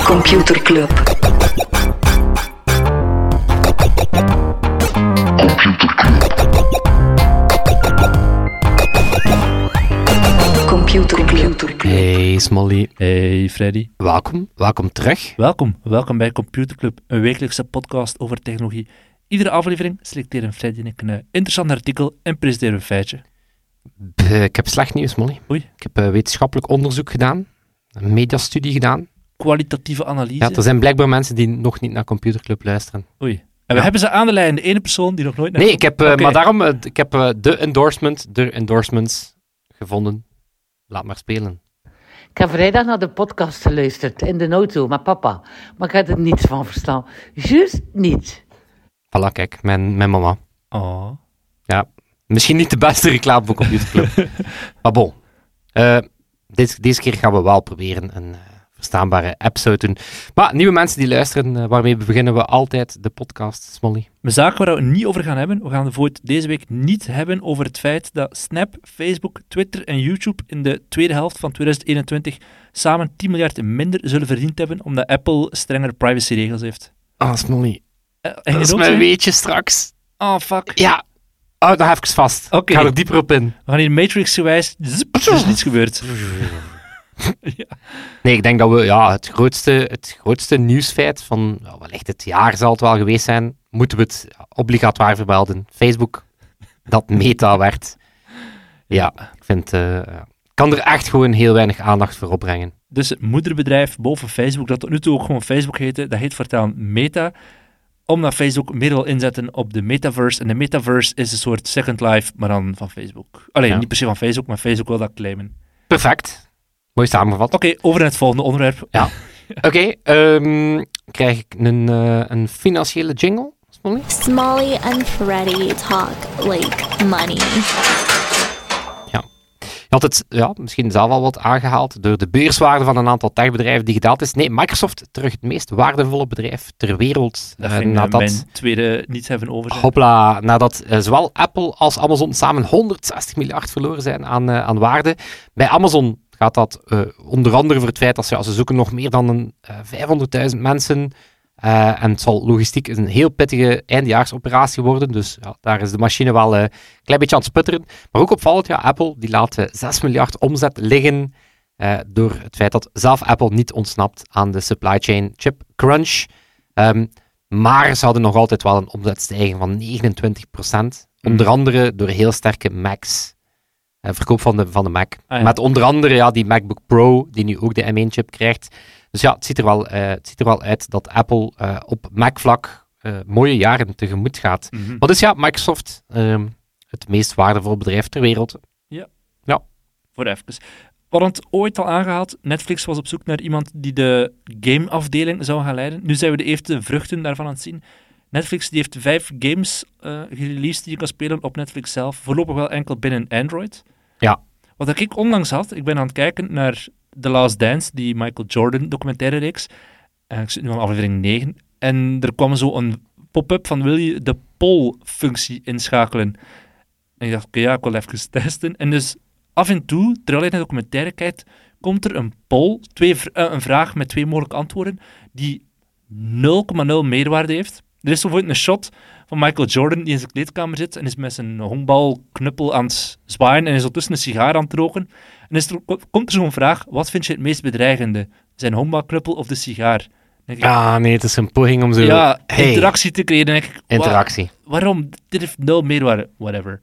Computer Club. Computer Club. Hey Smolly. Hey Freddy. Welkom terug. Welkom bij Computer Club, een wekelijkse podcast over technologie. Iedere aflevering selecteren Freddy en ik een interessant artikel en presenteren een feitje. Ik heb slecht nieuws, Smolly. Oei. Ik heb wetenschappelijk onderzoek gedaan, een mediastudie gedaan. Kwalitatieve analyse. Ja, er zijn blijkbaar mensen die nog niet naar Computer Club luisteren. Oei. En we hebben ze aan de lijn, de ene persoon die nog nooit naar... Nee, ik heb, Oké. maar daarom, ik heb de endorsements gevonden. Laat maar spelen. Ik heb vrijdag naar de podcast geluisterd in de auto met papa. Maar ik heb er niets van verstaan. Juist niet. Voilà, kijk, mijn mama. Oh. Ja, misschien niet de beste reclame voor Computer Club. Maar bon. Deze keer gaan we wel proberen een verstaanbare episode doen. Maar nieuwe mensen die luisteren, waarmee beginnen we altijd de podcast, Smolly. Een zaak waar we het niet over gaan hebben. We gaan het deze week niet hebben over het feit dat Snap, Facebook, Twitter en YouTube in de tweede helft van 2021 samen 10 miljard minder zullen verdiend hebben, omdat Apple strengere privacyregels heeft. Ah, Smolly. En Dat is mijn weetje straks. Oh, fuck. Ja. Oh, dan even vast. Oké. Ik ga er dieper op in. We gaan hier Matrix-gewijs... Zip, er is niets gebeurd. Ja. Nee, ik denk dat we het grootste nieuwsfeit van wellicht het jaar zal het wel geweest zijn, moeten we het obligatoire vermelden. Facebook, dat Meta werd. Ja, ik vind... kan er echt gewoon heel weinig aandacht voor opbrengen. Dus het moederbedrijf boven Facebook, dat tot nu toe ook gewoon Facebook heette, dat heet voortaan Meta, omdat Facebook meer wil inzetten op de metaverse. En de metaverse is een soort Second Life, maar dan van Facebook. Alleen, Ja. niet per se van Facebook, maar Facebook wil dat claimen. Perfect. Mooi samengevat. Oké, over naar het volgende onderwerp. Ja. Oké, krijg ik een financiële jingle, Smolly? Smolly and Freddy talk like money. Je had het misschien zelf al wat aangehaald door de beurswaarde van een aantal techbedrijven die gedaald is. Nee, Microsoft, terug het meest waardevolle bedrijf ter wereld. Dat ging mijn tweede niet hebben over. Hopla, nadat zowel Apple als Amazon samen 160 miljard verloren zijn aan waarde. Bij Amazon gaat dat onder andere voor het feit dat ze zoeken nog meer dan 500.000 mensen. En het zal logistiek een heel pittige eindejaarsoperatie worden. Dus ja, daar is de machine wel een klein beetje aan het sputteren. Maar ook opvallend, Apple die laat 6 miljard omzet liggen door het feit dat zelf Apple niet ontsnapt aan de supply chain chip crunch. Maar ze hadden nog altijd wel een omzetstijging van 29%. Onder andere door heel sterke Macs. Verkoop van de Mac. Ah, ja. Met onder andere die MacBook Pro, die nu ook de M1-chip krijgt. Dus ja, het ziet er wel uit dat Apple op Mac-vlak mooie jaren tegemoet gaat. Mhm. Wat is Microsoft het meest waardevolle bedrijf ter wereld? Voor even. We hadden het ooit al aangehaald. Netflix was op zoek naar iemand die de game-afdeling zou gaan leiden. Nu zijn we de eerste vruchten daarvan aan het zien. Netflix die heeft 5 games gereleased die je kan spelen op Netflix zelf. Voorlopig wel enkel binnen Android. Ja. Wat ik onlangs had, ik ben aan het kijken naar The Last Dance, die Michael Jordan documentaire reeks. En ik zit nu aan aflevering 9. En er kwam zo een pop-up van, wil je de poll-functie inschakelen? En ik dacht, oké, ik wil even testen. En dus af en toe, terwijl je naar de documentaire kijkt, komt er een poll, een vraag met 2 mogelijke antwoorden, die 0,0 meerwaarde heeft. Er is bijvoorbeeld een shot van Michael Jordan die in zijn kleedkamer zit en is met zijn honkbalknuppel aan het zwaaien en is ondertussen een sigaar aan het roken. En komt er zo'n vraag, wat vind je het meest bedreigende? Zijn honkbalknuppel of de sigaar? Dan denk ik, Nee, het is een poging om zo... interactie te creëren. Dan denk ik, Interactie. Waarom? Dit heeft 0 meerwaarde. Whatever.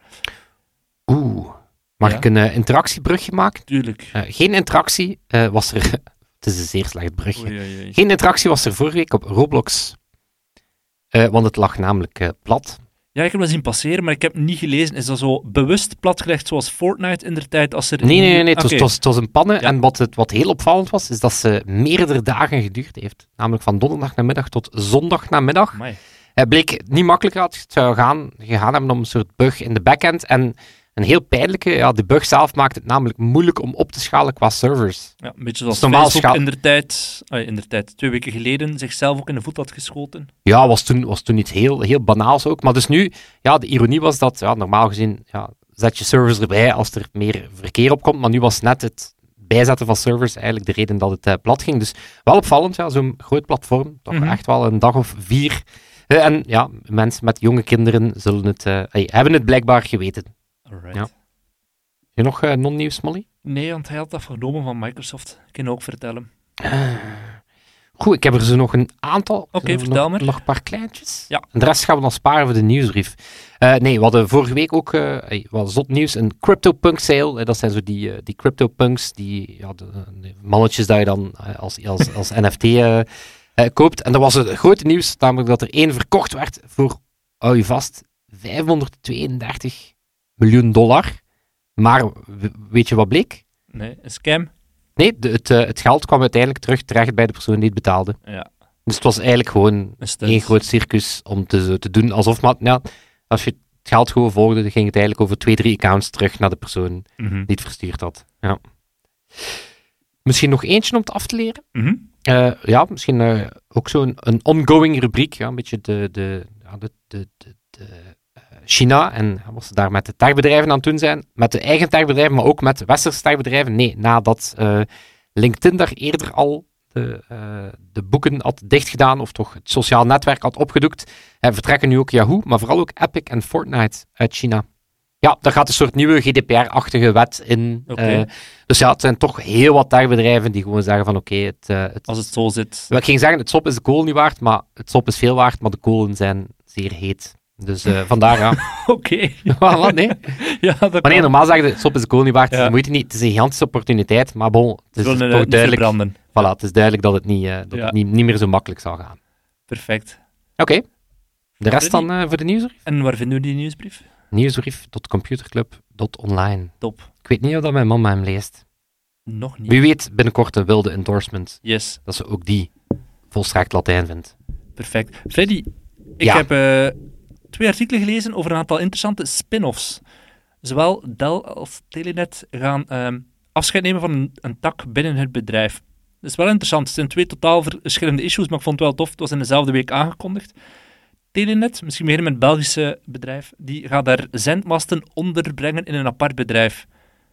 Mag Ja. ik een interactiebrugje maken? Tuurlijk. Geen interactie was er... Het is een zeer slecht brugje. Oei, oei, oei. Geen interactie was er vorige week op Roblox. Want het lag namelijk plat. Ja, ik heb dat zien passeren, maar ik heb het niet gelezen. Is dat zo bewust platgelegd zoals Fortnite in der tijd? Als er Nee. Oké. Het was een pannen. Ja. En wat heel opvallend was, is dat ze meerdere dagen geduurd heeft. Namelijk van donderdag namiddag tot zondag namiddag. Amai. Het bleek niet makkelijker dat het zou gegaan hebben om een soort bug in de backend. En een heel pijnlijke, de bug zelf maakt het namelijk moeilijk om op te schalen qua servers. Ja, een beetje zoals Dus normaal Facebook in der tijd 2 weken geleden zichzelf ook in de voet had geschoten. Ja, was toen iets heel banaals ook. Maar dus nu, de ironie was dat, normaal gezien, zet je servers erbij als er meer verkeer op komt. Maar nu was net het bijzetten van servers eigenlijk de reden dat het plat ging. Dus wel opvallend, ja, zo'n groot platform. Toch echt wel een dag of 4. En ja, mensen met jonge kinderen hebben het blijkbaar geweten. Alright. Ja. Heb je nog non-nieuws, Molly? Nee, want hij had dat vernomen van Microsoft. Ik kan ook vertellen. Goed, ik heb er zo nog een aantal. Oké, vertel maar. Nog een paar kleintjes. Ja. En de rest gaan we dan sparen voor de nieuwsbrief. Nee, we hadden vorige week ook wat zot nieuws. Een CryptoPunk sale. Dat zijn zo die CryptoPunks, de mannetjes dat je dan als NFT koopt. En dat was het grote nieuws, namelijk dat er één verkocht werd voor, hou je vast, $532 miljoen. Maar weet je wat bleek? Nee, een scam? Nee, het geld kwam uiteindelijk terug terecht bij de persoon die het betaalde. Ja. Dus het was eigenlijk gewoon één groot circus om te doen alsof... Maar, ja, als je het geld gewoon volgde, dan ging het eigenlijk over 2-3 accounts terug naar de persoon die het verstuurd had. Ja. Misschien nog eentje om het af te leren? Ja, misschien ook zo'n ongoing rubriek. Ja, een beetje de China en wat ze daar met de techbedrijven aan het doen zijn. Met de eigen techbedrijven, maar ook met westerse techbedrijven. Nee, nadat LinkedIn daar eerder al de boeken had dichtgedaan, of toch het sociaal netwerk had opgedoekt, vertrekken nu ook Yahoo, maar vooral ook Epic en Fortnite uit China. Ja, daar gaat een soort nieuwe GDPR-achtige wet in. Okay. Dus ja, het zijn toch heel wat techbedrijven die gewoon zeggen van oké, als het zo zit... Ik ging zeggen, het sop is de kool niet waard, maar het sop is veel waard, maar de kolen zijn zeer heet. Dus vandaar, ja. Oké. Wat, nee? Ja, dat maar nee, normaal zeggen de sop is de kool niet waard, ja. Moet je niet. Het is een gigantische opportuniteit, maar bon, het is toch duidelijk... Voilà, het is duidelijk dat het niet meer zo makkelijk zal gaan. Perfect. Oké. De rest dan voor de nieuwsbrief? En waar vinden we die nieuwsbrief? Nieuwsbrief.computerclub.online. Top. Ik weet niet of dat mijn mama hem leest. Nog niet. Wie weet binnenkort een wilde endorsement. Yes. Dat ze ook die volstrekt Latijn vindt. Perfect. Freddy, ik heb 2 artikelen gelezen over een aantal interessante spin-offs. Zowel Dell als Telenet gaan afscheid nemen van een tak binnen het bedrijf. Dat is wel interessant. Het zijn 2 totaal verschillende issues, maar ik vond het wel tof. Het was in dezelfde week aangekondigd. Telenet, misschien meer met het Belgische bedrijf, die gaat daar zendmasten onderbrengen in een apart bedrijf.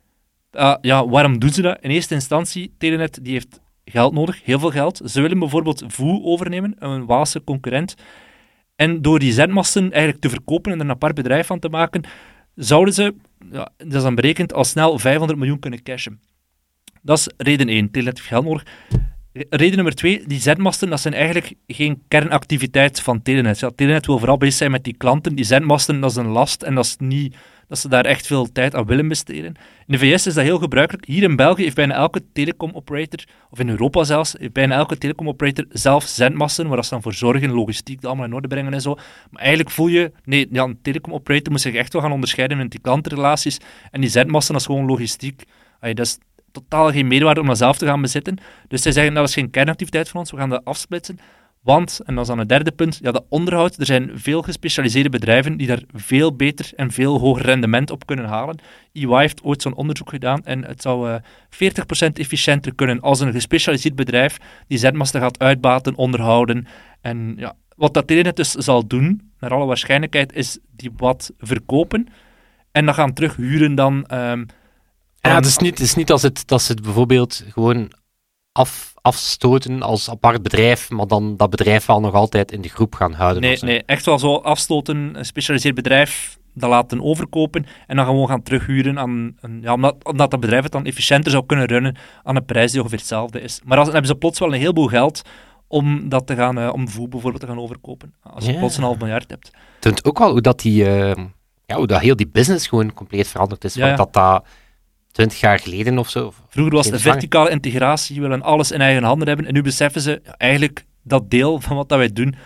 Waarom doen ze dat? In eerste instantie, Telenet die heeft geld nodig, heel veel geld. Ze willen bijvoorbeeld VOO overnemen, een Waalse concurrent. En door die zendmasten eigenlijk te verkopen en er een apart bedrijf van te maken, zouden ze, dat is dan berekend, al snel 500 miljoen kunnen cashen. Dat is reden 1. Telenet heeft geld nodig. Reden nummer 2, die zendmasten, dat zijn eigenlijk geen kernactiviteit van Telenet. Ja, Telenet wil vooral bezig zijn met die klanten. Die zendmasten, dat is een last en dat is niet dat ze daar echt veel tijd aan willen besteden. In de VS is dat heel gebruikelijk. Hier in België heeft bijna elke telecom-operator, of in Europa zelfs, heeft bijna elke telecom-operator zelf zendmasten, waar ze dan voor zorgen, logistiek, dat allemaal in orde brengen en zo. Maar eigenlijk voel je, een telecom-operator moet zich echt wel gaan onderscheiden met die klantenrelaties. En die zendmasten, dat is gewoon logistiek. Dat is totaal geen meerwaarde om dat zelf te gaan bezitten. Dus zij zeggen, dat is geen kernactiviteit van ons, we gaan dat afsplitsen. Want, en dat is dan het derde punt, de onderhoud. Er zijn veel gespecialiseerde bedrijven die daar veel beter en veel hoger rendement op kunnen halen. EY heeft ooit zo'n onderzoek gedaan en het zou 40% efficiënter kunnen als een gespecialiseerd bedrijf die zendmasten gaat uitbaten, onderhouden. En ja, wat dat Telenet dus zal doen, naar alle waarschijnlijkheid, is die wat verkopen en dan gaan terughuren dan... het is niet dat ze het bijvoorbeeld gewoon afstoten als apart bedrijf, maar dan dat bedrijf wel nog altijd in de groep gaan houden. Nee, echt wel zo afstoten, een gespecialiseerd bedrijf, dat laten overkopen en dan gewoon gaan terughuren aan omdat dat bedrijf het dan efficiënter zou kunnen runnen aan een prijs die ongeveer hetzelfde is. Maar dan hebben ze plots wel een heleboel geld om dat te gaan, om VOO bijvoorbeeld te gaan overkopen. Als je plots $500 miljoen hebt. Het toont ook wel hoe dat hoe dat heel die business gewoon compleet veranderd is. Ja. Want dat 20 jaar geleden of zo. Vroeger was de verticale integratie, we willen alles in eigen handen hebben. En nu beseffen ze eigenlijk dat deel van wat dat wij doen.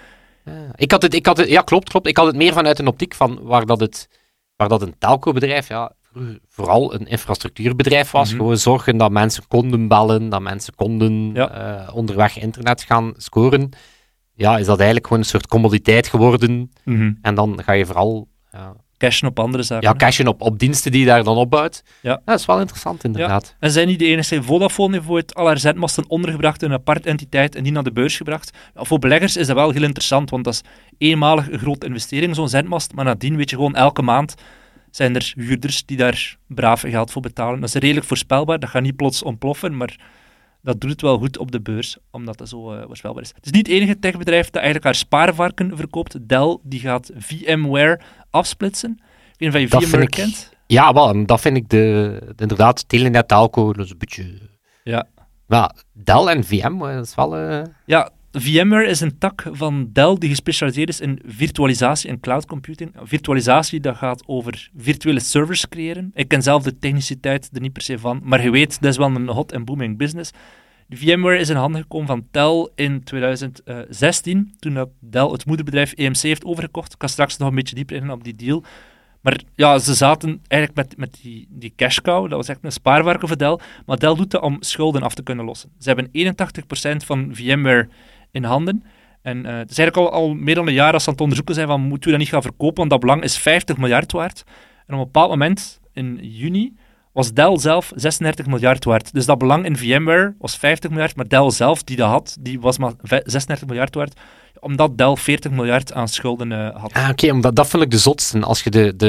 Ja, klopt. Ik had het meer vanuit een optiek van waar dat een telco-bedrijf, vroeger vooral een infrastructuurbedrijf was. Gewoon zorgen dat mensen konden bellen, dat mensen konden onderweg internet gaan scoren. Ja, is dat eigenlijk gewoon een soort commoditeit geworden. En dan ga je vooral... cashen op andere zaken. Ja, cashen op diensten die je daar dan opbouwt. Ja. Dat is wel interessant, inderdaad. Ja. En zijn niet de enige. Vodafone heeft ooit al haar zendmasten ondergebracht in een apart entiteit en die naar de beurs gebracht. Voor beleggers is dat wel heel interessant, want dat is eenmalig een grote investering, zo'n zendmast, maar nadien weet je gewoon elke maand zijn er huurders die daar braaf geld voor betalen. Dat is redelijk voorspelbaar, dat gaat niet plots ontploffen, maar dat doet het wel goed op de beurs, omdat dat zo voorspelbaar is. Het is niet het enige techbedrijf dat eigenlijk haar spaarvarken verkoopt. Dell die gaat VMware afsplitsen. Ik weet niet of je VMware kent. Ja, wel, dat vind ik inderdaad, Telenet, Telco, dat is een beetje... Ja. Maar Dell en VMware, dat is wel... Ja, VMware is een tak van Dell die gespecialiseerd is in virtualisatie en cloud computing. Virtualisatie, dat gaat over virtuele servers creëren. Ik ken zelf de techniciteit er niet per se van, maar je weet, dat is wel een hot en booming business. VMware is in handen gekomen van Dell in 2016, toen dat Dell het moederbedrijf EMC heeft overgekocht. Ik ga straks nog een beetje dieper in op die deal. Maar ja, ze zaten eigenlijk met die cash cow, dat was echt een spaarvarken voor Dell, maar Dell doet dat om schulden af te kunnen lossen. Ze hebben 81% van VMware in handen. En het is eigenlijk al meer dan een jaar dat ze aan het onderzoeken zijn van moeten we dat niet gaan verkopen, want dat belang is 50 miljard waard. En op een bepaald moment, in juni, was Dell zelf 36 miljard waard. Dus dat belang in VMware was 50 miljard, maar Dell zelf, die dat had, die was maar 36 miljard waard, omdat Dell 40 miljard aan schulden had. Oké, omdat dat vind ik de zotste. Als je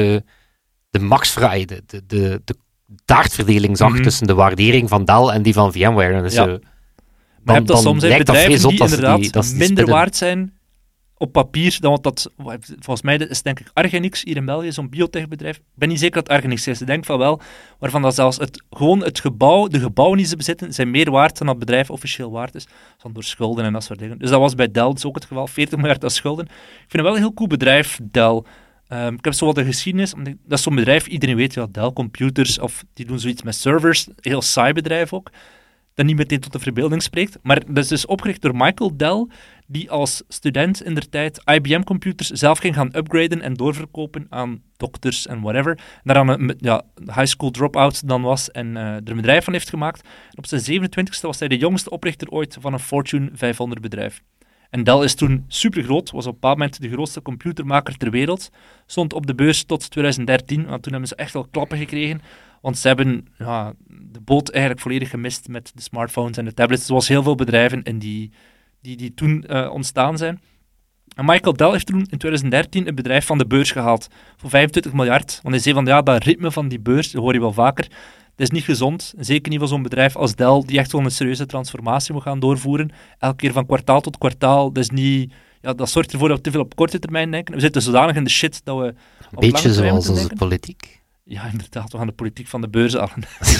de maxvrij, de taartverdeling zag tussen de waardering van Dell en die van VMware. Dan is maar je hebt dat soms bedrijven die inderdaad die minder waard zijn op papier dan wat dat... Volgens mij is denk ik Argenix hier in België, zo'n biotechbedrijf. Ik ben niet zeker dat het Argenix is. Ik denk van wel, waarvan dat zelfs de gebouwen die ze bezitten, zijn meer waard dan dat het bedrijf officieel waard is. Van door schulden en dat soort dingen. Dus dat was bij Dell dus ook het geval. 40 miljard aan schulden. Ik vind het wel een heel cool bedrijf, Dell. Ik heb zo wat de geschiedenis. Dat is zo'n bedrijf, iedereen weet, ja, Dell Computers, of die doen zoiets met servers. Een heel saai bedrijf ook. Dat niet meteen tot de verbeelding spreekt. Maar dat is dus opgericht door Michael Dell, die als student indertijd IBM-computers zelf ging gaan upgraden en doorverkopen aan dokters en whatever. Daaraan een high school dropout dan was en er een bedrijf van heeft gemaakt. En op zijn 27e was hij de jongste oprichter ooit van een Fortune 500 bedrijf. En Dell is toen supergroot, was op een bepaald moment de grootste computermaker ter wereld. Stond op de beurs tot 2013, want toen hebben ze echt al klappen gekregen. Want ze hebben de boot eigenlijk volledig gemist met de smartphones en de tablets, zoals heel veel bedrijven die toen ontstaan zijn. En Michael Dell heeft toen in 2013 een bedrijf van de beurs gehaald voor 25 miljard. Want hij zei van, dat ritme van die beurs, dat hoor je wel vaker, dat is niet gezond. Zeker niet voor zo'n bedrijf als Dell, die echt wel een serieuze transformatie moet gaan doorvoeren. Elke keer van kwartaal tot kwartaal, dat is niet... Ja, dat zorgt ervoor dat we te veel op korte termijn denken. We zitten zodanig in de shit dat we... Een beetje zoals onze politiek. Ja, inderdaad, we gaan de politiek van de beurs aan.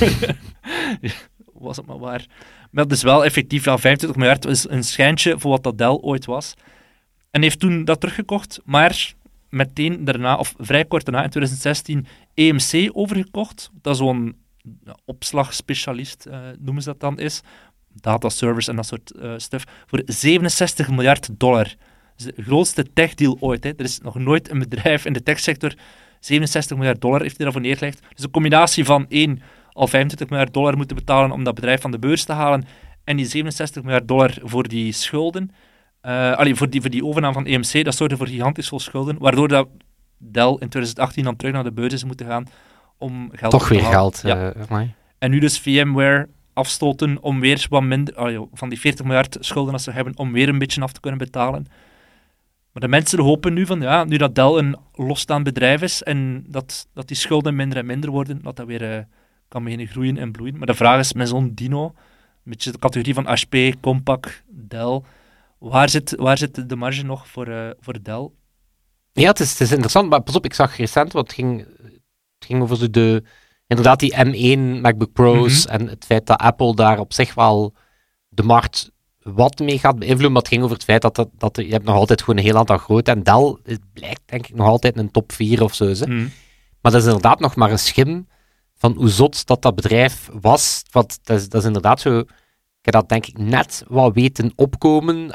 Was het maar waar. Maar het is wel effectief, 25 miljard is een schijntje voor wat dat Dell ooit was. En heeft toen dat teruggekocht, maar meteen daarna, of vrij kort daarna, in 2016, EMC overgekocht. Dat zo'n opslagspecialist, noemen ze dat dan, is. Dataservers en dat soort stuff. Voor $67 miljard. Dat is de grootste techdeal ooit. Hè. Er is nog nooit een bedrijf in de techsector... $67 miljard heeft hij daarvoor neergelegd. Dus een combinatie van al $25 miljard moeten betalen om dat bedrijf van de beurs te halen en die $67 miljard voor die schulden, voor die overname van EMC, dat zorgde voor gigantisch veel schulden, waardoor dat Dell in 2018 dan terug naar de beurs is moeten gaan om geld toch te halen. Toch weer geld. Ja. En nu dus VMware afstoten om weer wat minder, van die 40 miljard schulden dat ze hebben, om weer een beetje af te kunnen betalen. Maar de mensen hopen nu van, nu dat Dell een losstaand bedrijf is en dat die schulden minder en minder worden, dat weer kan beginnen groeien en bloeien. Maar de vraag is, met zo'n dino, een beetje de categorie van HP, Compaq, Dell, waar zit de marge nog voor Dell? Ja, het is interessant, maar pas op, ik zag recent, het ging over inderdaad die M1 MacBook Pro's en het feit dat Apple daar op zich wel de markt wat mee gaat beïnvloeden, maar het ging over het feit dat je hebt nog altijd gewoon een heel aantal grote, en Dell blijkt denk ik nog altijd een top 4 of zo. Maar dat is inderdaad nog maar een schim van hoe zot dat bedrijf was. Want dat is inderdaad zo, ik heb dat denk ik net wat weten opkomen,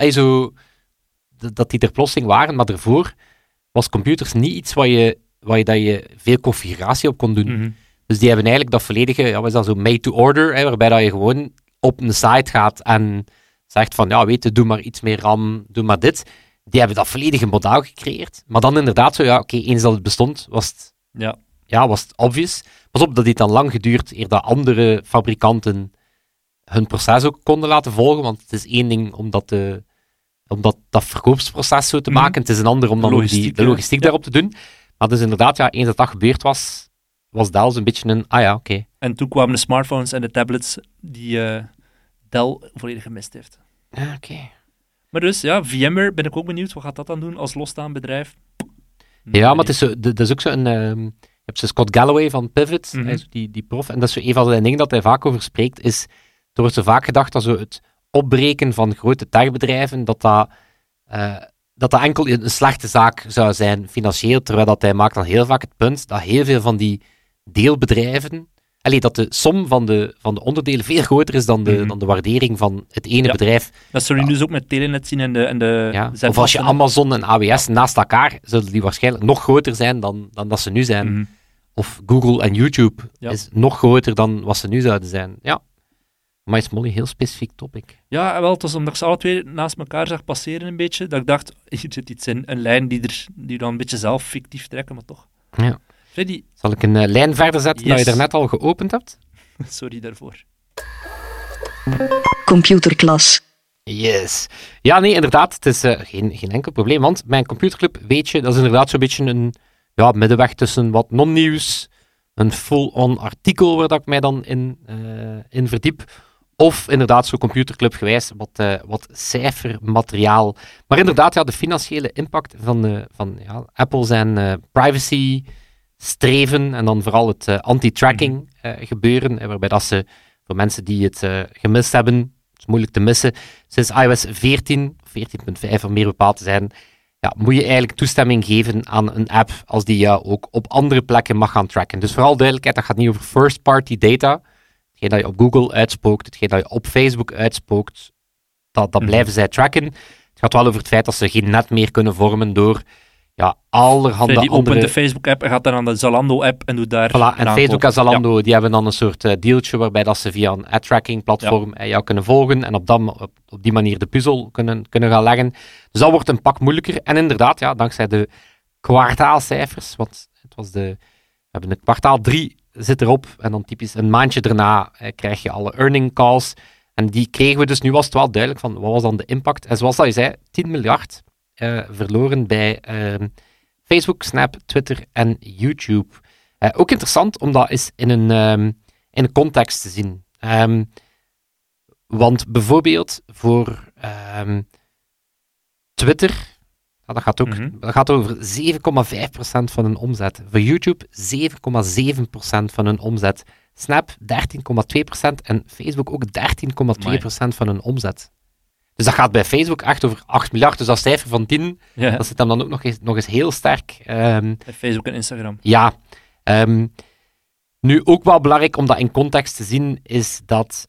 dat die er plotseling waren, maar daarvoor was computers niet iets waar je veel configuratie op kon doen. Dus die hebben eigenlijk dat volledige, wat is dat zo, made to order, waarbij dat je gewoon op een site gaat en zegt van, doe maar iets meer RAM, doe maar dit. Die hebben dat volledige model gecreëerd. Maar dan inderdaad zo, eens dat het bestond, was het obvious. Pas op, dat heeft dan lang geduurd eer dat andere fabrikanten hun proces ook konden laten volgen, want het is één ding om dat verkoopsproces zo te maken, het is een ander om dan de logistiek daarop te doen. Maar dus inderdaad, ja, eens dat gebeurd was, was Dell zo'n beetje een, oké. En toen kwamen de smartphones en de tablets die Dell volledig gemist heeft. Ja, oké. Maar dus, ja, VMware ben ik ook benieuwd. Wat gaat dat dan doen als losstaand bedrijf? Ja, maar het is, dat is ook zo een... je hebt zo Scott Galloway van Pivot, Mhm. die prof. En dat is zo een van de dingen dat hij vaak over spreekt, is... Er wordt zo vaak gedacht dat zo het opbreken van grote techbedrijven, dat enkel een slechte zaak zou zijn, financieel, terwijl dat hij maakt dan heel vaak het punt dat heel veel van die deelbedrijven... dat de som van de onderdelen veel groter is dan de waardering van het ene Ja. bedrijf. Dat zullen we dus ook met Telenet zien en de Ja. Of als je zendmasten. Amazon en AWS naast elkaar, zullen die waarschijnlijk nog groter zijn dan dat ze nu zijn. Mhm. Of Google en YouTube Ja. is nog groter dan wat ze nu zouden zijn. Ja. Maar is Molly heel specifiek topic. Ja, wel, het was omdat ik ze alle twee naast elkaar zag passeren een beetje, dat ik dacht, hier zit iets in, een lijn die dan een beetje zelf fictief trekken, maar toch. Ja. Freddy, Zal ik een lijn verder zetten dat Yes. je daarnet al geopend hebt? sorry daarvoor. Computerklas. Yes. Ja, nee, inderdaad. Het is geen enkel probleem, want mijn computerclub, weet je, dat is inderdaad zo'n beetje een middenweg tussen wat non-nieuws, een full-on artikel waar dat ik mij dan in verdiep, of inderdaad zo computerclub gewijs wat cijfermateriaal. Maar inderdaad, ja, de financiële impact van Apple zijn privacy streven en dan vooral het anti-tracking gebeuren, waarbij dat ze, voor mensen die het gemist hebben, het is moeilijk te missen, sinds iOS 14, 14.5 om meer bepaald te zijn, ja, moet je eigenlijk toestemming geven aan een app als die jou ook op andere plekken mag gaan tracken. Dus vooral duidelijkheid, dat gaat niet over first-party data. Hetgeen dat je op Google uitspookt, hetgeen dat je op Facebook uitspookt, dat blijven zij tracken. Het gaat wel over het feit dat ze geen net meer kunnen vormen door allerhande Freddy opent andere... de Facebook-app en gaat dan aan de Zalando-app en doet daar... Voilà, en een Facebook aankoop. en Zalando, die hebben dan een soort dealtje waarbij dat ze via een ad-tracking-platform jou kunnen volgen en op die manier de puzzel kunnen gaan leggen. Dus dat wordt een pak moeilijker. En inderdaad, ja, dankzij de kwartaalcijfers, want we hebben een kwartaal 3 zit erop en dan typisch een maandje daarna krijg je alle earning calls. En die kregen we dus, nu was het wel duidelijk van wat was dan de impact. En zoals dat je zei, 10 miljard verloren bij Facebook, Snap, Twitter en YouTube. Ook interessant om dat eens in een context te zien. Want bijvoorbeeld voor Twitter, dat gaat over 7,5% van hun omzet. Voor YouTube 7,7% van hun omzet. Snap 13,2% en Facebook ook 13,2% van hun omzet. Dus dat gaat bij Facebook echt over 8 miljard. Dus dat cijfer van 10, Ja, dat zit hem dan ook nog eens heel sterk. bij Facebook en Instagram. Ja. Nu ook wel belangrijk om dat in context te zien, is dat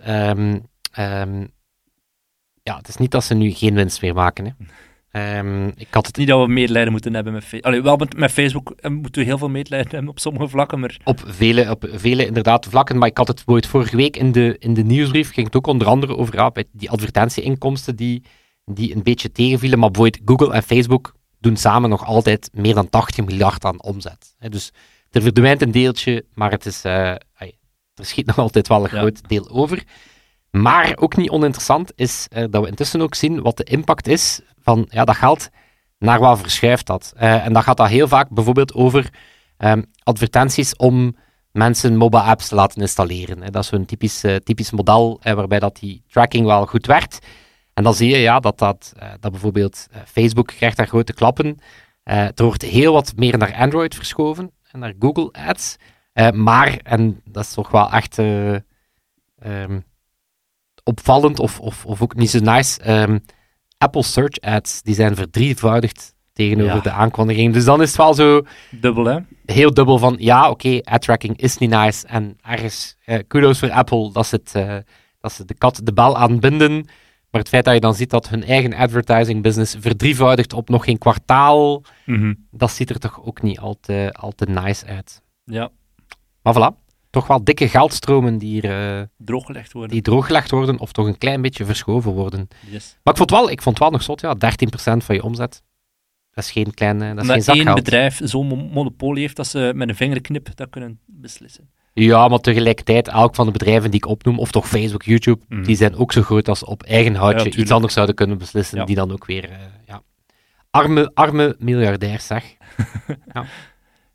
het is niet dat ze nu geen winst meer maken. Hè. Ik had het Niet dat we medelijden moeten hebben met Facebook. Allee, wel met Facebook moeten we heel veel medelijden hebben op sommige vlakken, maar... op vele inderdaad vlakken, maar ik had het bijvoorbeeld vorige week in de nieuwsbrief, ging het ook onder andere over bij die advertentieinkomsten die een beetje tegenvielen, maar bijvoorbeeld Google en Facebook doen samen nog altijd meer dan 80 miljard aan omzet. Dus er verdwijnt een deeltje, maar het is, er schiet nog altijd wel een groot deel over. Maar ook niet oninteressant is dat we intussen ook zien wat de impact is van dat geld, naar wat verschuift dat. En dan gaat dat heel vaak bijvoorbeeld over advertenties om mensen mobile apps te laten installeren. Dat is zo'n typisch model waarbij dat die tracking wel goed werkt. En dan zie je dat bijvoorbeeld Facebook krijgt daar grote klappen. Er wordt heel wat meer naar Android verschoven en naar Google Ads. Maar, en dat is toch wel echt opvallend of ook niet zo nice, Apple Search Ads, die zijn verdrievoudigd tegenover de aankondiging. Dus dan is het wel zo... Dubbel, hè? Heel dubbel van, ad-tracking is niet nice. En ergens, kudos voor Apple, dat ze de kat de bel aanbinden. Maar het feit dat je dan ziet dat hun eigen advertising business verdrievoudigt op nog geen kwartaal, dat ziet er toch ook niet al te nice uit. Ja. Maar voilà, toch wel dikke geldstromen die drooggelegd worden of toch een klein beetje verschoven worden. Yes. Maar ik vond het wel nog zot, 13% van je omzet. Dat is geen klein, dat is geen zakgeld. Één bedrijf zo'n monopolie heeft dat ze met een vingerknip dat kunnen beslissen. Ja, maar tegelijkertijd, elk van de bedrijven die ik opnoem, of toch Facebook, YouTube, die zijn ook zo groot als ze op eigen houtje iets anders zouden kunnen beslissen, die dan ook weer... Arme miljardairs, zeg.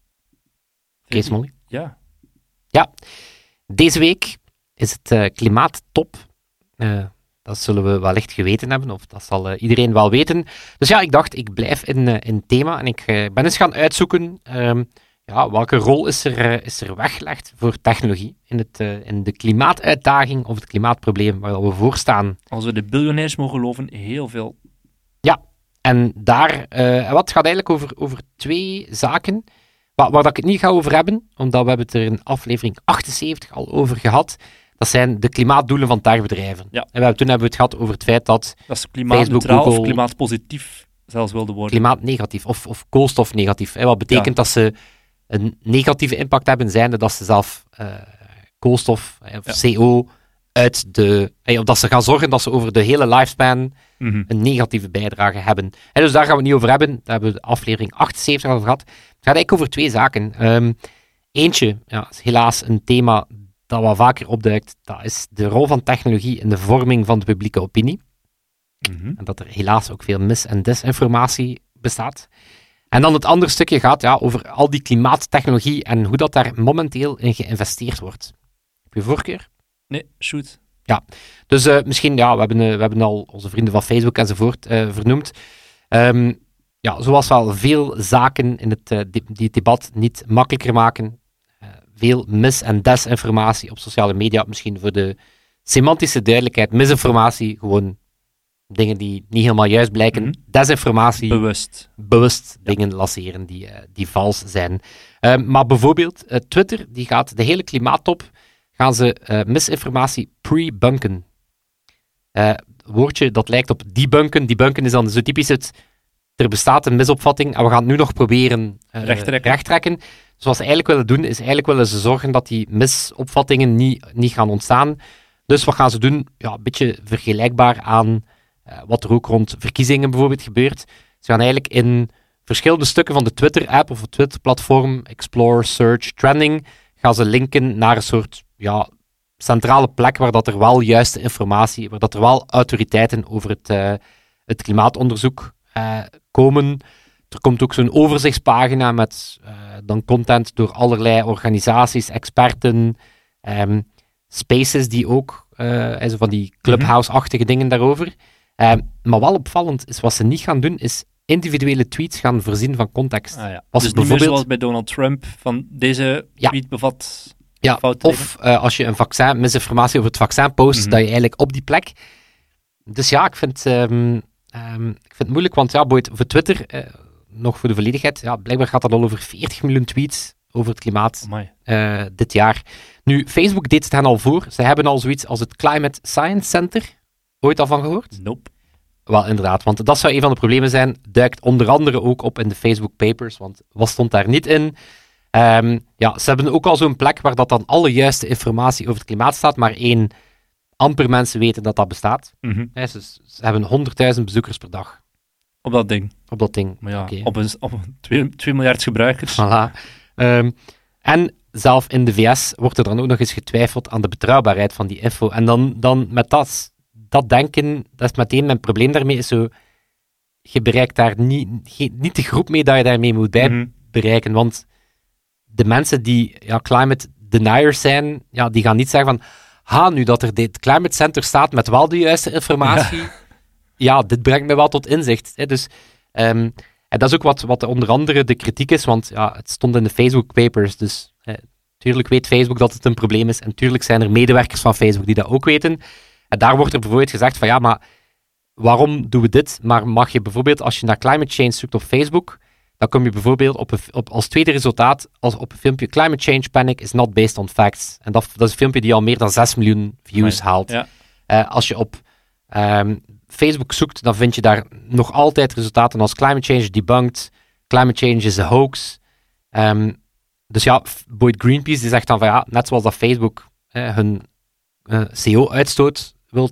Oké, Smolly. Ja. Ja, deze week is het klimaattop. Dat zullen we wellicht geweten hebben, of dat zal iedereen wel weten. Dus ja, ik dacht, ik blijf in het thema en ik ben eens gaan uitzoeken welke rol is er weggelegd voor technologie in de klimaatuitdaging of het klimaatprobleem waar we voor staan. Als we de biljonairs mogen geloven, heel veel. Ja, en daar, wat gaat eigenlijk over twee zaken waar dat ik het niet ga over hebben, omdat we hebben het er in aflevering 78 al over gehad. Dat zijn de klimaatdoelen van techbedrijven. Ja. En toen hebben we het gehad over het feit dat Dat is klimaatneutraal Facebook, of Google, klimaatpositief zelfs wilde worden. klimaatnegatief of koolstofnegatief. Wat betekent dat ze een negatieve impact hebben, zijnde dat ze zelf koolstof of CO uit of dat ze gaan zorgen dat ze over de hele lifespan een negatieve bijdrage hebben. En dus daar gaan we het niet over hebben. Daar hebben we de aflevering 78 over gehad. Het gaat eigenlijk over twee zaken. Eentje, is helaas een thema dat wat vaker opduikt. Dat is de rol van technologie in de vorming van de publieke opinie. En dat er helaas ook veel mis- en desinformatie bestaat. En dan het andere stukje gaat over al die klimaattechnologie en hoe dat daar momenteel in geïnvesteerd wordt. Heb je voorkeur? Nee, shoot. Ja, dus misschien, we hebben al onze vrienden van Facebook enzovoort vernoemd. Zoals wel veel zaken in die debat niet makkelijker maken. Veel mis- en desinformatie op sociale media. Misschien voor de semantische duidelijkheid. Misinformatie, gewoon dingen die niet helemaal juist blijken. Desinformatie, bewust dingen lanceren die vals zijn. Maar bijvoorbeeld Twitter, die gaat de hele klimaattop gaan ze misinformatie pre-bunken. Woordje dat lijkt op debunken. Debunken is dan zo typisch er bestaat een misopvatting en we gaan het nu nog proberen rechttrekken. Dus wat ze eigenlijk willen doen, is eigenlijk willen ze zorgen dat die misopvattingen niet gaan ontstaan. Dus wat gaan ze doen? Ja, een beetje vergelijkbaar aan wat er ook rond verkiezingen bijvoorbeeld gebeurt. Ze gaan eigenlijk in verschillende stukken van de Twitter-app of het Twitter-platform, Explore, Search, Trending, gaan ze linken naar een soort centrale plek waar dat er wel juiste informatie, waar dat er wel autoriteiten over het klimaatonderzoek komen. Er komt ook zo'n overzichtspagina met dan content door allerlei organisaties, experten, spaces die ook, zo van die clubhouse-achtige dingen daarover. Maar wel opvallend is, wat ze niet gaan doen, is individuele tweets gaan voorzien van context. Dus niet meer zoals bij Donald Trump, van deze tweet bevat fouten. Of als je een misinformatie over het vaccin post, dat je eigenlijk op die plek... Dus ja, ik vind het moeilijk, want voor Twitter, nog voor de volledigheid, blijkbaar gaat dat al over 40 miljoen tweets over het klimaat dit jaar. Nu, Facebook deed het hen al voor. Ze hebben al zoiets als het Climate Science Center. Ooit al van gehoord? Nope. Wel, inderdaad, want dat zou een van de problemen zijn. Duikt onder andere ook op in de Facebook Papers, want wat stond daar niet in? Ze hebben ook al zo'n plek waar dat dan alle juiste informatie over het klimaat staat, maar amper mensen weten dat dat bestaat. Ze hebben 100.000 bezoekers per dag. Op dat ding. Maar ja, okay. op 2 miljard gebruikers. Voilà. En zelf in de VS wordt er dan ook nog eens getwijfeld aan de betrouwbaarheid van die info. En dan met dat denken, dat is meteen mijn probleem daarmee, is zo, je bereikt daar niet de groep mee dat je daarmee moet bereiken, want de mensen die climate deniers zijn, die gaan niet zeggen van, nu dat er dit Climate Center staat met wel de juiste informatie, dit brengt mij wel tot inzicht. Dus, en dat is ook wat onder andere de kritiek is, want het stond in de Facebook Papers, dus tuurlijk weet Facebook dat het een probleem is, en tuurlijk zijn er medewerkers van Facebook die dat ook weten. En daar wordt er bijvoorbeeld gezegd van, maar waarom doen we dit? Maar mag je bijvoorbeeld, als je naar climate change zoekt op Facebook, dan kom je bijvoorbeeld op als tweede resultaat op een filmpje Climate Change Panic is not based on facts. En dat is een filmpje die al meer dan 6 miljoen views haalt. Ja. Als je op Facebook zoekt, dan vind je daar nog altijd resultaten als Climate Change debunked, Climate Change is a hoax. Dus Boyd Greenpeace die zegt dan van, net zoals dat Facebook hun CO-uitstoot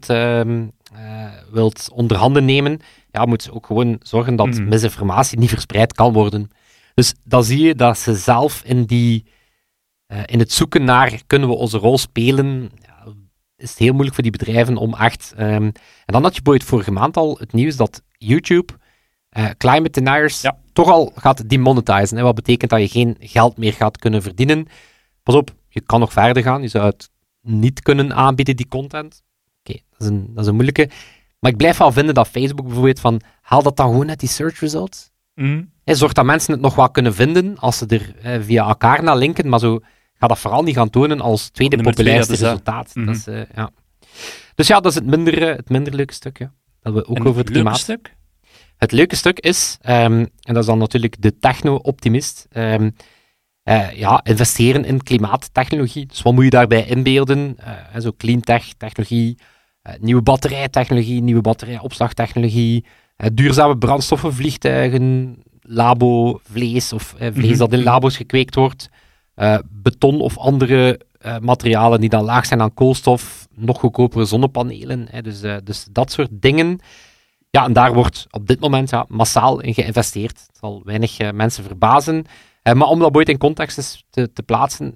wilt onder handen nemen, moet ze ook gewoon zorgen dat misinformatie niet verspreid kan worden. Dus dan zie je dat ze zelf in het zoeken naar, kunnen we onze rol spelen, is het heel moeilijk voor die bedrijven om echt... en dan had je vorige maand al het nieuws dat YouTube climate deniers toch al gaat demonetizen. Wat betekent dat je geen geld meer gaat kunnen verdienen. Pas op, je kan nog verder gaan. Je zou het niet kunnen aanbieden, die content. Oké, dat is een moeilijke. Maar ik blijf wel vinden dat Facebook bijvoorbeeld van, haal dat dan gewoon uit die search results. Zorg dat mensen het nog wel kunnen vinden als ze er via elkaar naar linken, maar zo ga dat vooral niet gaan tonen als tweede populairste resultaat. Dat is, ja. Dus ja, dat is het minder leuke stuk. Ja. Dat we ook En over het klimaat. stuk? Het leuke stuk is, en dat is dan natuurlijk de techno-optimist, investeren in klimaattechnologie. Dus wat moet je daarbij inbeelden? Zo clean tech, technologie, nieuwe batterijtechnologie, nieuwe batterijopslagtechnologie, duurzame brandstoffen, vliegtuigen, labo, vlees of vlees dat in labo's gekweekt wordt, beton of andere materialen die dan laag zijn aan koolstof, nog goedkopere zonnepanelen, dus dat soort dingen. Ja, en daar wordt op dit moment massaal in geïnvesteerd. Het zal weinig mensen verbazen. Maar om dat ooit in context eens te plaatsen,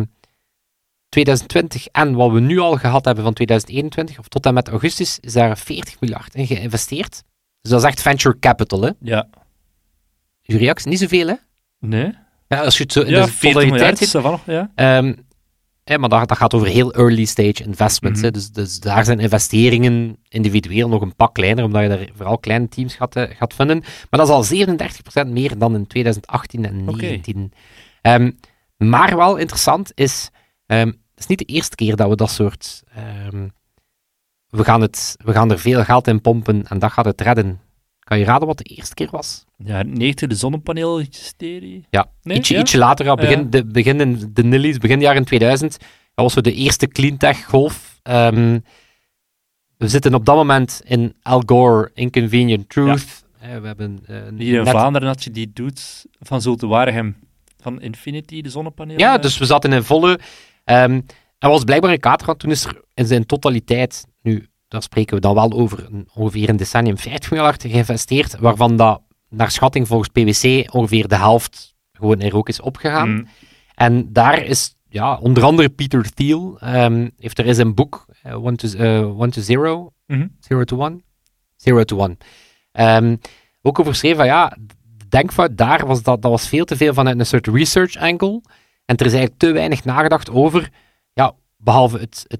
2020 en wat we nu al gehad hebben van 2021, of tot en met augustus, is daar 40 miljard in geïnvesteerd. Dus dat is echt venture capital, hè? Ja. Uw reactie? Niet zoveel, hè? Nee. Ja, als je het zo in Ja, de 40 totaliteit miljard, ziet. ja. Maar dat gaat over heel early stage investments. Hè. Dus daar zijn investeringen individueel nog een pak kleiner, omdat je daar vooral kleine teams gaat vinden. Maar dat is al 37% meer dan in 2018 en 2019. Maar wel interessant is, het is niet de eerste keer dat we dat soort... we gaan er veel geld in pompen en dat gaat het redden. Kan je raden wat de eerste keer was? Ja, 90 de zonnepaneel-hysterie. Ja, Nee? ietsje later, begin jaren 2000, dat was zo de eerste cleantech golf. We zitten op dat moment in Al Gore, Inconvenient Truth. We hebben, Hier in net- Vlaanderen had je die dude van Zulte Waregem, van Infinity, de zonnepanelen. Ja, dus we zaten in volle... er was blijkbaar een kater, toen is er in zijn totaliteit, nu, daar spreken we dan wel over ongeveer een decennium, 50 miljard geïnvesteerd, waarvan dat, naar schatting volgens PwC, ongeveer de helft gewoon in rook is opgegaan. En daar is, onder andere Peter Thiel, heeft er in zijn boek, One to Zero, Zero to One, Zero to One, ook over geschreven van, de denkfout daar was dat was veel te veel vanuit een soort research angle, en er is eigenlijk te weinig nagedacht over, behalve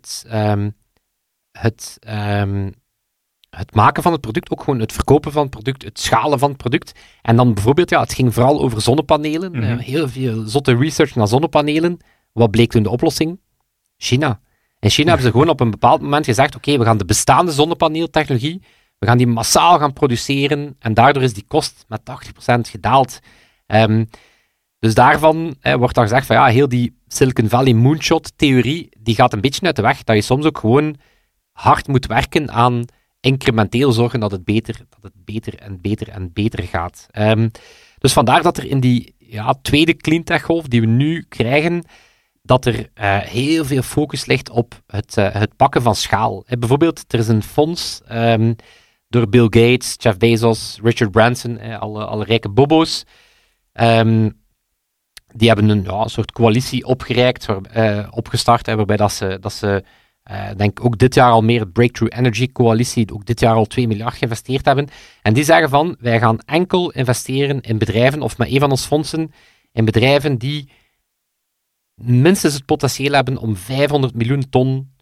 het maken van het product, ook gewoon het verkopen van het product, het schalen van het product. En dan bijvoorbeeld, het ging vooral over zonnepanelen. Heel veel zotte research naar zonnepanelen. Wat bleek toen de oplossing? China. In China hebben ze gewoon op een bepaald moment gezegd, oké, we gaan de bestaande zonnepaneeltechnologie, we gaan die massaal gaan produceren, en daardoor is die kost met 80% gedaald. Dus daarvan wordt dan gezegd van, heel die Silicon Valley moonshot-theorie, die gaat een beetje uit de weg, dat je soms ook gewoon hard moet werken aan incrementeel zorgen dat het beter en beter en beter gaat. Dus vandaar dat er in die tweede cleantech-golf die we nu krijgen, dat er heel veel focus ligt op het pakken van schaal. Bijvoorbeeld, er is een fonds door Bill Gates, Jeff Bezos, Richard Branson, alle rijke bobo's. Die hebben een soort coalitie opgestart, waarbij dat ze denk ik ook dit jaar al meer het Breakthrough Energy Coalitie, ook dit jaar al 2 miljard geïnvesteerd hebben. En die zeggen van, wij gaan enkel investeren in bedrijven, of met een van ons fondsen, in bedrijven die minstens het potentieel hebben om 500 miljoen ton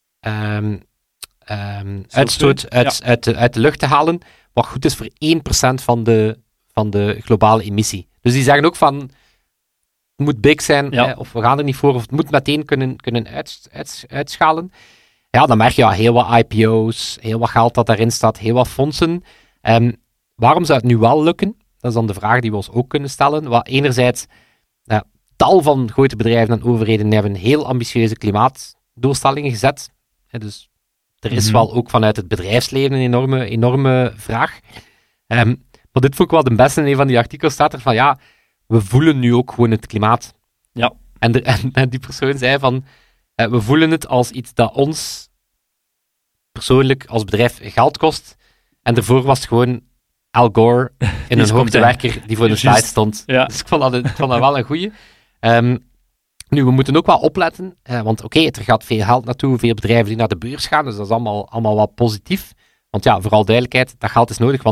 uitstoot uit de lucht te halen, wat goed is voor 1% van de globale emissie. Dus die zeggen ook van, het moet big zijn, of we gaan er niet voor, of het moet meteen kunnen uitschalen. Ja, dan merk je heel wat IPO's, heel wat geld dat daarin staat, heel wat fondsen. Waarom zou het nu wel lukken? Dat is dan de vraag die we ons ook kunnen stellen. Wat enerzijds, tal van grote bedrijven en overheden hebben heel ambitieuze klimaatdoelstellingen gezet. Dus er is wel ook vanuit het bedrijfsleven een enorme vraag. Maar dit vond ik wel de beste. In een van die artikels staat er van, we voelen nu ook gewoon het klimaat. Ja. En die persoon zei van, we voelen het als iets dat ons persoonlijk als bedrijf geld kost. En daarvoor was het gewoon Al Gore in een hoogtewerker die voor de slide stond. Ja. Dus ik vond dat wel een goeie. Nu, we moeten ook wel opletten, want er gaat veel geld naartoe, veel bedrijven die naar de beurs gaan, dus dat is allemaal wel positief. Want vooral duidelijkheid, dat geld is nodig, want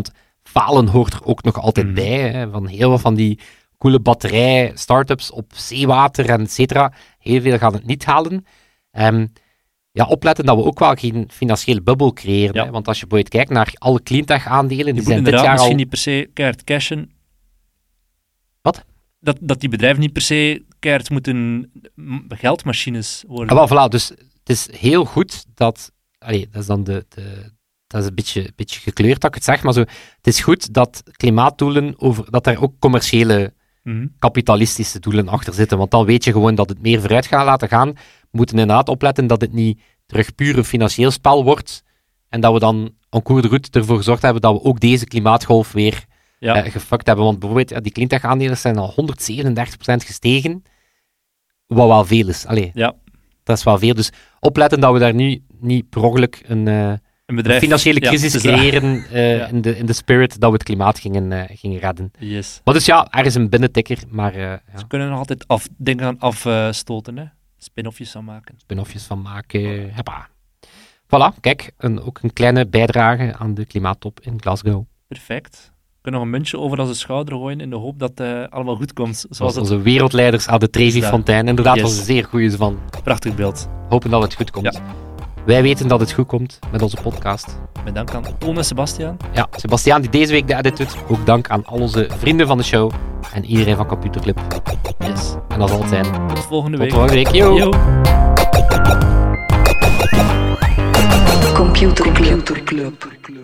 falen hoort er ook nog altijd bij. Hè, van heel veel van die coole batterij-startups op zeewater en et cetera. Heel veel gaan het niet halen. Opletten dat we ook wel geen financiële bubbel creëren. Ja. Hè, want als je bijvoorbeeld kijkt naar alle cleantech-aandelen, die moet zijn dit inderdaad jaar misschien al... niet per se keihard cashen. Wat? Dat die bedrijven niet per se keihard moeten geldmachines worden. Voilà, dus het is heel goed dat... dat is dan dat is een beetje gekleurd dat ik het zeg, maar zo, het is goed dat klimaatdoelen, dat daar ook commerciële, kapitalistische doelen achter zitten, want dan weet je gewoon dat het meer vooruit gaat laten gaan. We moeten inderdaad opletten dat het niet terug puur een financieel spel wordt, en dat we dan en cours de route ervoor gezorgd hebben dat we ook deze klimaatgolf weer gefuckt hebben. Want bijvoorbeeld, die cleantech-aandelen zijn al 137% gestegen, wat wel veel is. Dat is wel veel. Dus opletten dat we daar nu niet per ongeluk een financiële crisis creëren in de spirit dat we het klimaat gingen redden. Yes. Maar dus er is een binnentikker, maar... Ze kunnen nog altijd dingen gaan afstoten, hè? Spin-offjes van maken. Spin-offjes van maken. Hoppa. Voilà, kijk, ook een kleine bijdrage aan de klimaattop in Glasgow. Perfect. We kunnen nog een muntje over onze schouder gooien in de hoop dat het allemaal goed komt. Zoals onze wereldleiders aan de Trevi-fontein. Inderdaad, was een zeer goeie van. Prachtig beeld. Hopen dat het goed komt. Ja. Wij weten dat het goed komt met onze podcast. Met dank aan Paul en Sebastiaan. Ja, Sebastiaan die deze week de edit doet. Ook dank aan al onze vrienden van de show en iedereen van Computerclub. Yes. En dat zal het zijn. Tot volgende week. Tot volgende week. Yo. Computerclub.